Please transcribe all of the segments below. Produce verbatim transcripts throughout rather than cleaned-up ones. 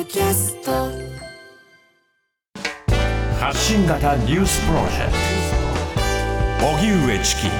キャスト発信型ニュースプロジェクト荻上チキ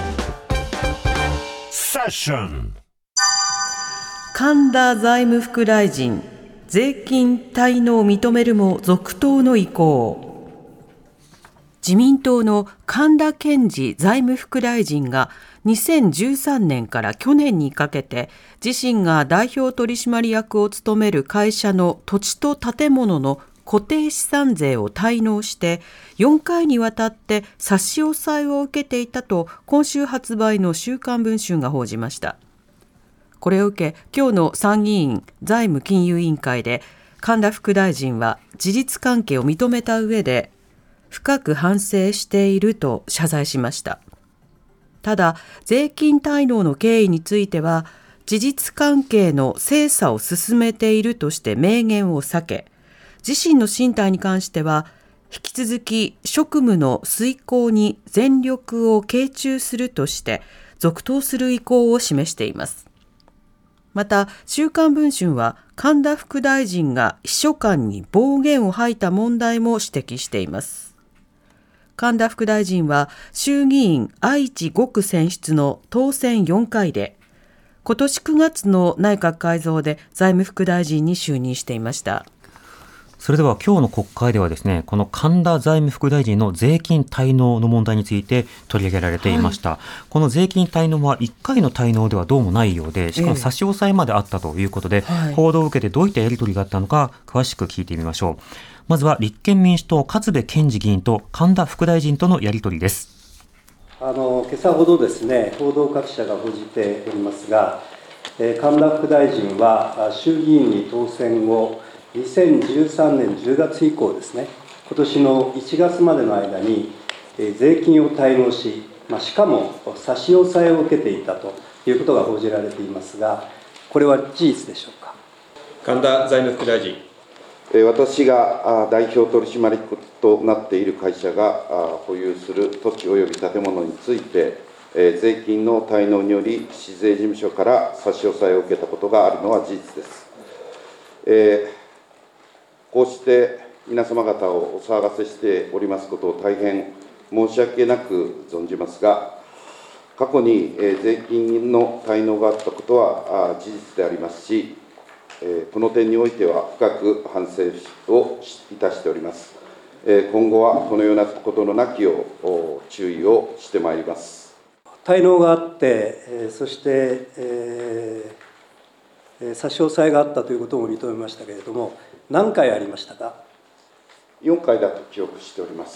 セッション。 神田財務副大臣、税金滞納を認めるも続投の意向。自民党の神田憲次財務副大臣がにせんじゅうさんねんから去年にかけて自身が代表取締役を務める会社の土地と建物の固定資産税を滞納してよんかいにわたって差し押さえを受けていたと今週発売の週刊文春が報じました。これを受け今日の参議院財務金融委員会で神田副大臣は事実関係を認めた上で深く反省していると謝罪しました。ただ税金滞納の経緯については事実関係の精査を進めているとして明言を避け、自身の進退に関しては引き続き職務の遂行に全力を傾注するとして続投する意向を示しています。また週刊文春は神田副大臣が秘書官に暴言を吐いた問題も指摘しています。神田副大臣は衆議院愛知ごく選出の当選よんかいで、今年くがつの内閣改造で財務副大臣に就任していました。 それでは今日の国会ではですね、この神田財務副大臣の税金滞納の問題について取り上げられていました、はい、この税金滞納はいっかいの滞納ではどうもないようで、しかも差し押さえまであったということで、えー、報道を受けてどういったやり取りがあったのか詳しく聞いてみましょう。まずは立憲民主党勝部賢次議員と神田副大臣とのやり取りです。 あの今朝ほどですね、報道各社が報じておりますが、えー、神田副大臣は衆議院に当選後にせんじゅうさんねんじゅうがつ以降ですね、今年のいちがつまでの間に税金を滞納し、しかも差し押さえを受けていたということが報じられていますが、これは事実でしょうか。 神田財務副大臣。 私が代表取締役となっている会社が保有する土地及び建物について、税金の滞納により市税事務所から差し押さえを受けたことがあるのは事実です。えーこうして皆様方をお騒がせしておりますことを大変申し訳なく存じますが、過去に税金の滞納があったことは事実でありますし、この点においては深く反省をいたしております。今後はこのようなことのなきよう注意をしてまいります。 滞納があって、そして、えー、差し押さえがあったということも認めましたけれども、何回ありましたか。 よんかいだと記憶しております。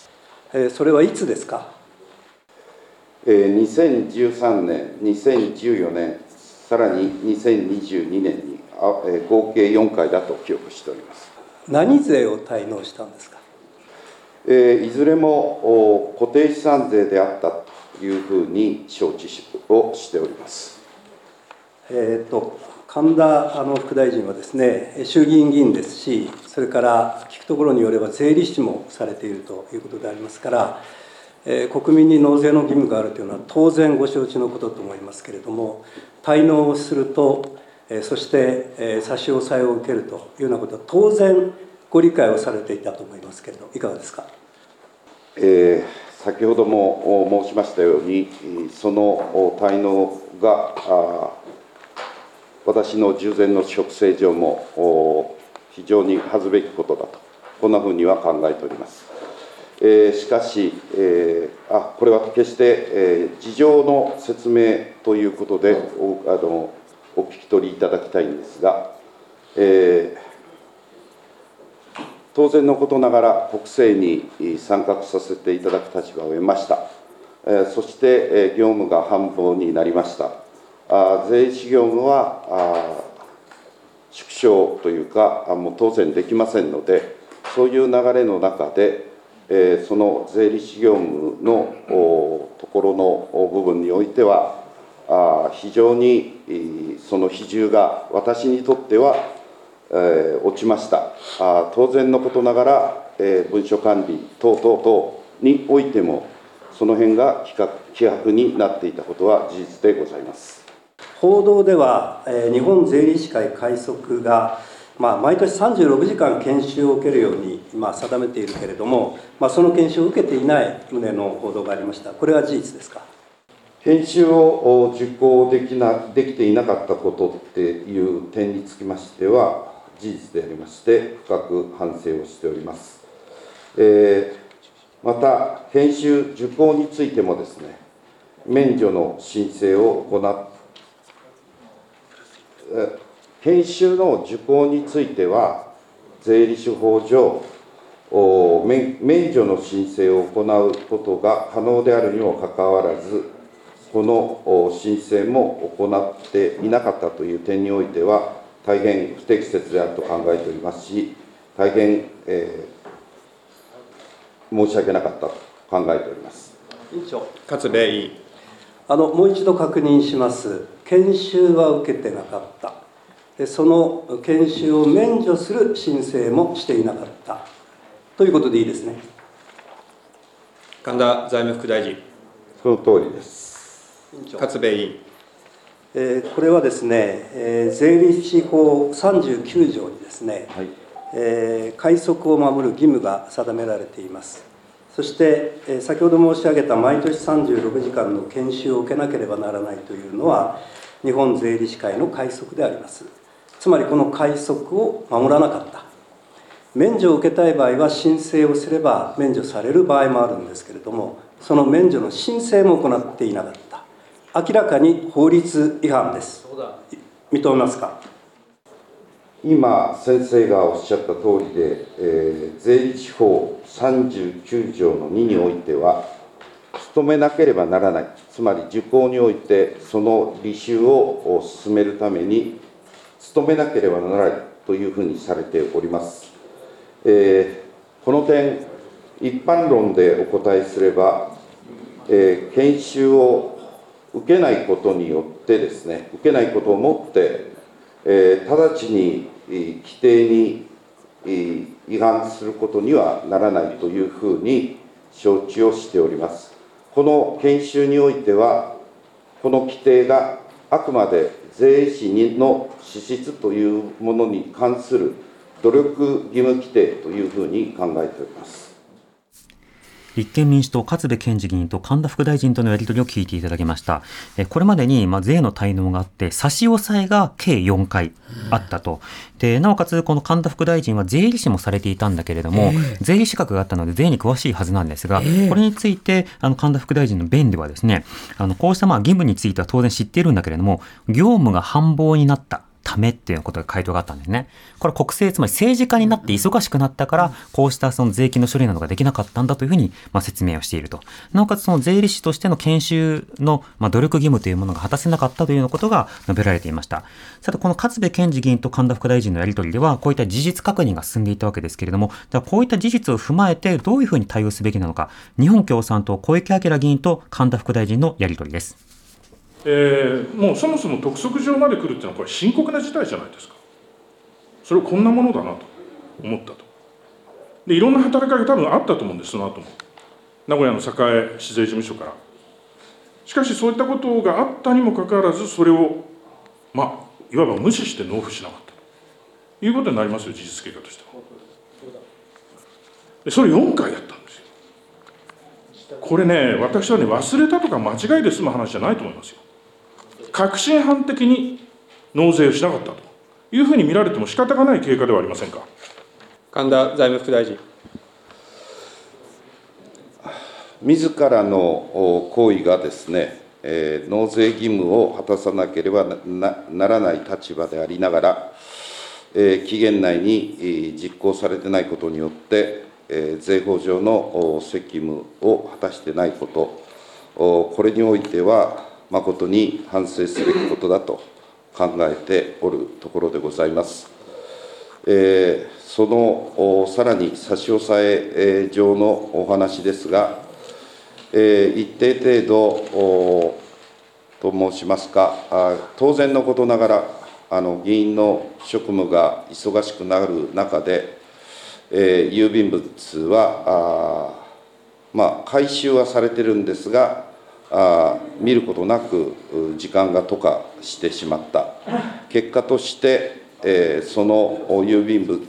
えー、それはいつですか。 えー、にせんじゅうさんねん、にせんじゅうよねん、さらににせんにじゅうにねんにあ、えー、合計よんかいだと記憶しております。 何税を滞納したんですか。 えー、いずれも固定資産税であったというふうに承知をしております。 えーと神田あの副大臣はですね、衆議院議員ですし、それから聞くところによれば税理士もされているということでありますから、えー、国民に納税の義務があるというのは当然ご承知のことと思いますけれども、滞納をすると、えー、そして、えー、差し押さえを受けるというようなことは当然ご理解をされていたと思いますけれど、いかがですか。 えー、先ほども申しましたように、その滞納が私の従前の職政上も非常に恥ずべきことだと、こんなふうには考えております。えー、しかし、えー、あこれは決して、えー、事情の説明ということで お, あのお聞き取りいただきたいんですが、えー、当然のことながら国政に参画させていただく立場を得ました。えー、そして、えー、業務が繁忙になりました。あ税理士業務はあ縮小というかあもう当然できませんので、そういう流れの中で、えー、その税理士業務のところの部分においてはあ非常にその比重が私にとっては、えー、落ちました。あ当然のことながら、えー、文書管理等々々においてもその辺が希薄になっていたことは事実でございます。 報道では、えー、日本税理士会会則が、 まあ、毎年さんじゅうろくじかん研修を受けるように今定めているけれども、まあ、その研修を受けていない旨の報道がありました。これは事実ですか？ 研修を受講できな、できていなかったことっていう点につきましては事実でありまして、深く反省をしております。えー、また、研修受講についてもですね、免除の申請を行っ、研修の受講については、税理士法上、免, 免除の申請を行うことが可能であるにもかかわらず、この申請も行っていなかったという点においては、大変不適切であると考えておりますし、大変、えー、申し訳なかったと考えております。 委員長。 勝部委員。 あのもう一度確認します。研修は受けてなかった。でその研修を免除する申請もしていなかったということでいいですね。 神田財務副大臣。 その通りです。 勝部委員。 えー、これはですね、えー、税理士法さんじゅうきゅう条にですね、はい、えー、戒則を守る義務が定められています。そして、えー、先ほど申し上げた毎年さんじゅうろくじかんの研修を受けなければならないというのは、日本税理士会の戒則であります。つまりこの戒則を守らなかった。免除を受けたい場合は申請をすれば免除される場合もあるんですけれども、その免除の申請も行っていなかった。明らかに法律違反です。認めますか？ 今、先生がおっしゃった通りで、えー、税理士法さんじゅうきゅう条のににおいては、努めなければならない、つまり受講において、その履修を進めるために、努めなければならないというふうにされております。えー、この点、一般論でお答えすれば、えー、研修を受けないことによってですね、受けないことをもって、えー、直ちに規定に違反することにはならないというふうに承知をしております。この研修においては、この規定があくまで税理士の資質というものに関する努力義務規定というふうに考えております。 立憲民主党勝部賢治議員と神田副大臣とのやり取りを聞いていただきました。これまでにまあ税の滞納があって差し押さえが計よんかいあったと。でなおかつこの神田副大臣は税理士もされていたんだけれども、えー、税理士資格があったので税に詳しいはずなんですが、えー、これについてあの神田副大臣の弁ではですね、あのこうしたまあ義務については当然知っているんだけれども、業務が繁忙になったためっていうことが回答があったんですね。これは国政、つまり政治家になって忙しくなったから、こうしたその税金の処理などができなかったんだというふうにまあ説明をしていると。なおかつその税理士としての研修のまあ努力義務というものが果たせなかったというようなことが述べられていました。さて、この勝部賢治議員と神田副大臣のやり取りでは、こういった事実確認が進んでいたわけですけれども、ではこういった事実を踏まえてどういうふうに対応すべきなのか、日本共産党小池晃議員と神田副大臣のやり取りです。 えー、もうそもそも督促状まで来るっていうのはこれ深刻な事態じゃないですか。それをこんなものだなと思ったと。でいろんな働きかけ多分あったと思うんです。その後も名古屋の栄市税事務所から。しかしそういったことがあったにもかかわらず、それをまあいわば無視して納付しなかったということになりますよ、事実経過としては。でそれよんかいやったんですよ。これね、私はね、忘れたとか間違いで済む話じゃないと思いますよ。確信犯的に納税をしなかったというふうに見られても仕方がない経過ではありませんか。 神田財務副大臣。 自らの行為がですね、えー、納税義務を果たさなければ な, ならない立場でありながら、えー、期限内に、えー、実行されてないことによって、えー、税法上の責務を果たしてないこと、これにおいては、誠に反省すべきことだと考えておるところでございます。えー、そのさらに差し押さえ上のお話ですが、えー、一定程度と申しますか、当然のことながら、あの議員の職務が忙しくなる中で、えー、郵便物は、あまあ、回収はされてるんですが、あ見ることなく時間が溶かしてしまった結果として、 えー、その郵便物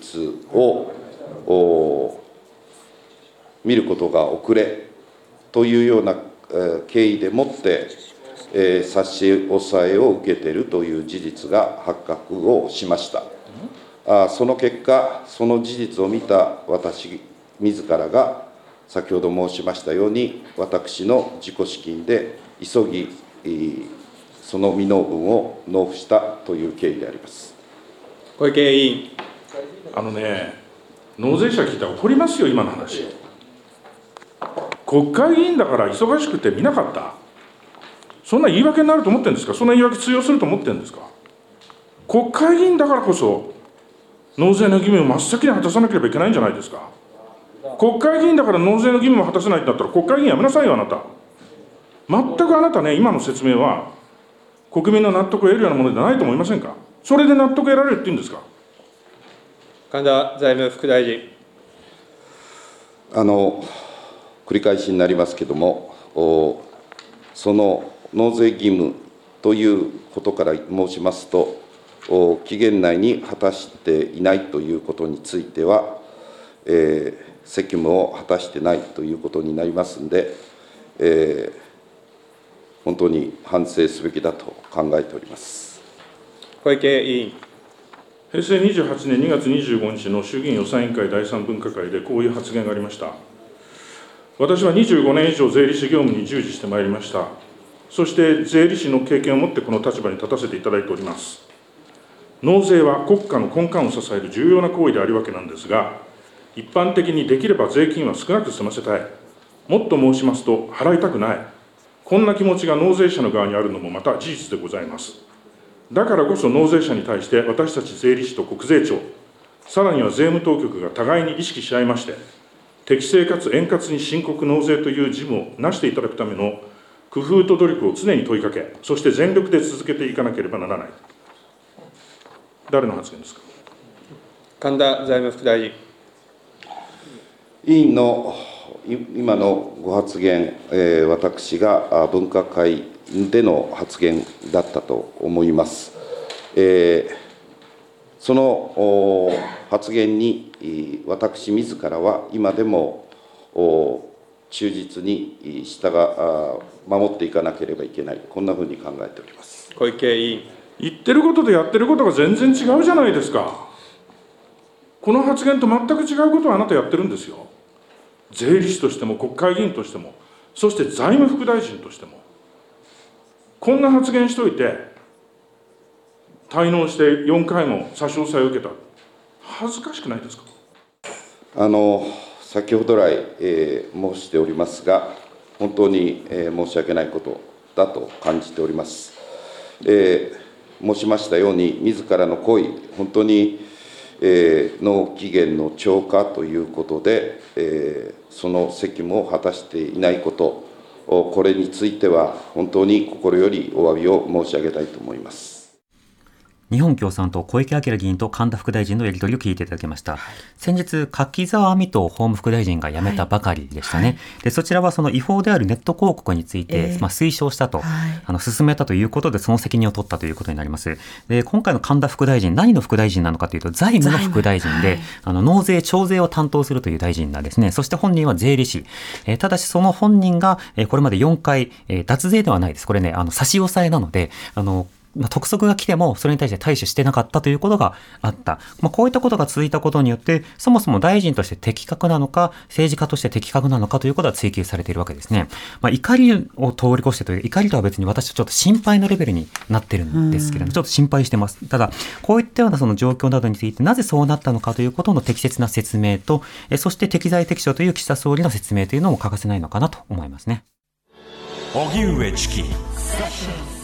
を見ることが遅れというような、えー、経緯でもって、えー、差し押さえを受けているという事実が発覚をしました。あその結果、その事実を見た私自らが、先ほど申しましたように、私の自己資金で急ぎ、その未納分を納付したという経緯であります。 小池委員。 あのね、納税者聞いたら怒りますよ、今の話。国会議員だから忙しくて見なかった。そんな言い訳になると思ってるんですか。そんな言い訳通用すると思ってるんですか。国会議員だからこそ、納税の義務を真っ先に果たさなければいけないんじゃないですか。国会議員だから納税の義務を果たせないんだったら、国会議員やめなさいよ、あなた。全くあなたね、今の説明は、国民の納得を得るようなものじゃないと思いませんか。それで納得得られるっていうんですか。 神田財務副大臣。 あの繰り返しになりますけれども、その納税義務ということから申しますと、期限内に果たしていないということについては、えー、責務を果たしてないということになりますので、えー、本当に反省すべきだと考えております。 小池委員。 へいせいにじゅうはちねんにがつにじゅうごにちの衆議院予算委員会だいさん分科会でこういう発言がありました。私はにじゅうごねん以上税理士業務に従事してまいりました。そして税理士の経験を持ってこの立場に立たせていただいております。納税は国家の根幹を支える重要な行為であるわけなんですが、一般的にできれば税金は少なく済ませたい。もっと申しますと、払いたくない。こんな気持ちが納税者の側にあるのもまた事実でございます。だからこそ納税者に対して私たち税理士と国税庁、さらには税務当局が互いに意識し合いまして、適正かつ円滑に申告納税という事務をなしていただくための工夫と努力を常に問いかけ、そして全力で続けていかなければならない。誰の発言ですか。 神田財務副大臣。 委員の今のご発言、えー、私が分科会での発言だったと思います。えー、その発言に私自らは今でも忠実に従守っていかなければいけない、こんなふうに考えております。 小池委員。 言ってることとやってることが全然違うじゃないですか。この発言と全く違うことをあなたやってるんですよ。税理士としても国会議員としても、そして財務副大臣としても。こんな発言しといて、滞納してよんかいも差し押さえを受けた。恥ずかしくないですか。 あの先ほど来、えー、申しておりますが、本当に、えー、申し訳ないことだと感じております。えー申しましたように、自らの行為、本当に、えー、納期限の超過ということで、えー、その責務を果たしていないこと、これについては、本当に心よりお詫びを申し上げたいと思います。 日本共産党小池晃議員と神田副大臣のやり取りを聞いていただきました。先日柿沢未途法務副大臣が辞めたばかりでしたね、はいはい、でそちらはその違法であるネット広告について、えーまあ、推奨したと、はい、あの進めたということでその責任を取ったということになります。で今回の神田副大臣、何の副大臣なのかというと財務の副大臣で、はい、あの納税徴税を担当するという大臣なんですね。そして本人は税理士、えー、ただしその本人が、えー、これまでよんかい、えー、脱税ではないです。これね、あの差し押さえなので、あのまあ、督促が来てもそれに対して対処してなかったということがあった。まあ、こういったことが続いたことによって、そもそも大臣として適格なのか、政治家として適格なのかということが追及されているわけですね。まあ、怒りを通り越してという、怒りとは別に私はちょっと心配のレベルになってるんですけれども、ちょっと心配してます。ただ、こういったようなその状況などについて、なぜそうなったのかということの適切な説明と、えそして適材適所という岸田総理の説明というのも欠かせないのかなと思いますね。 荻上チキ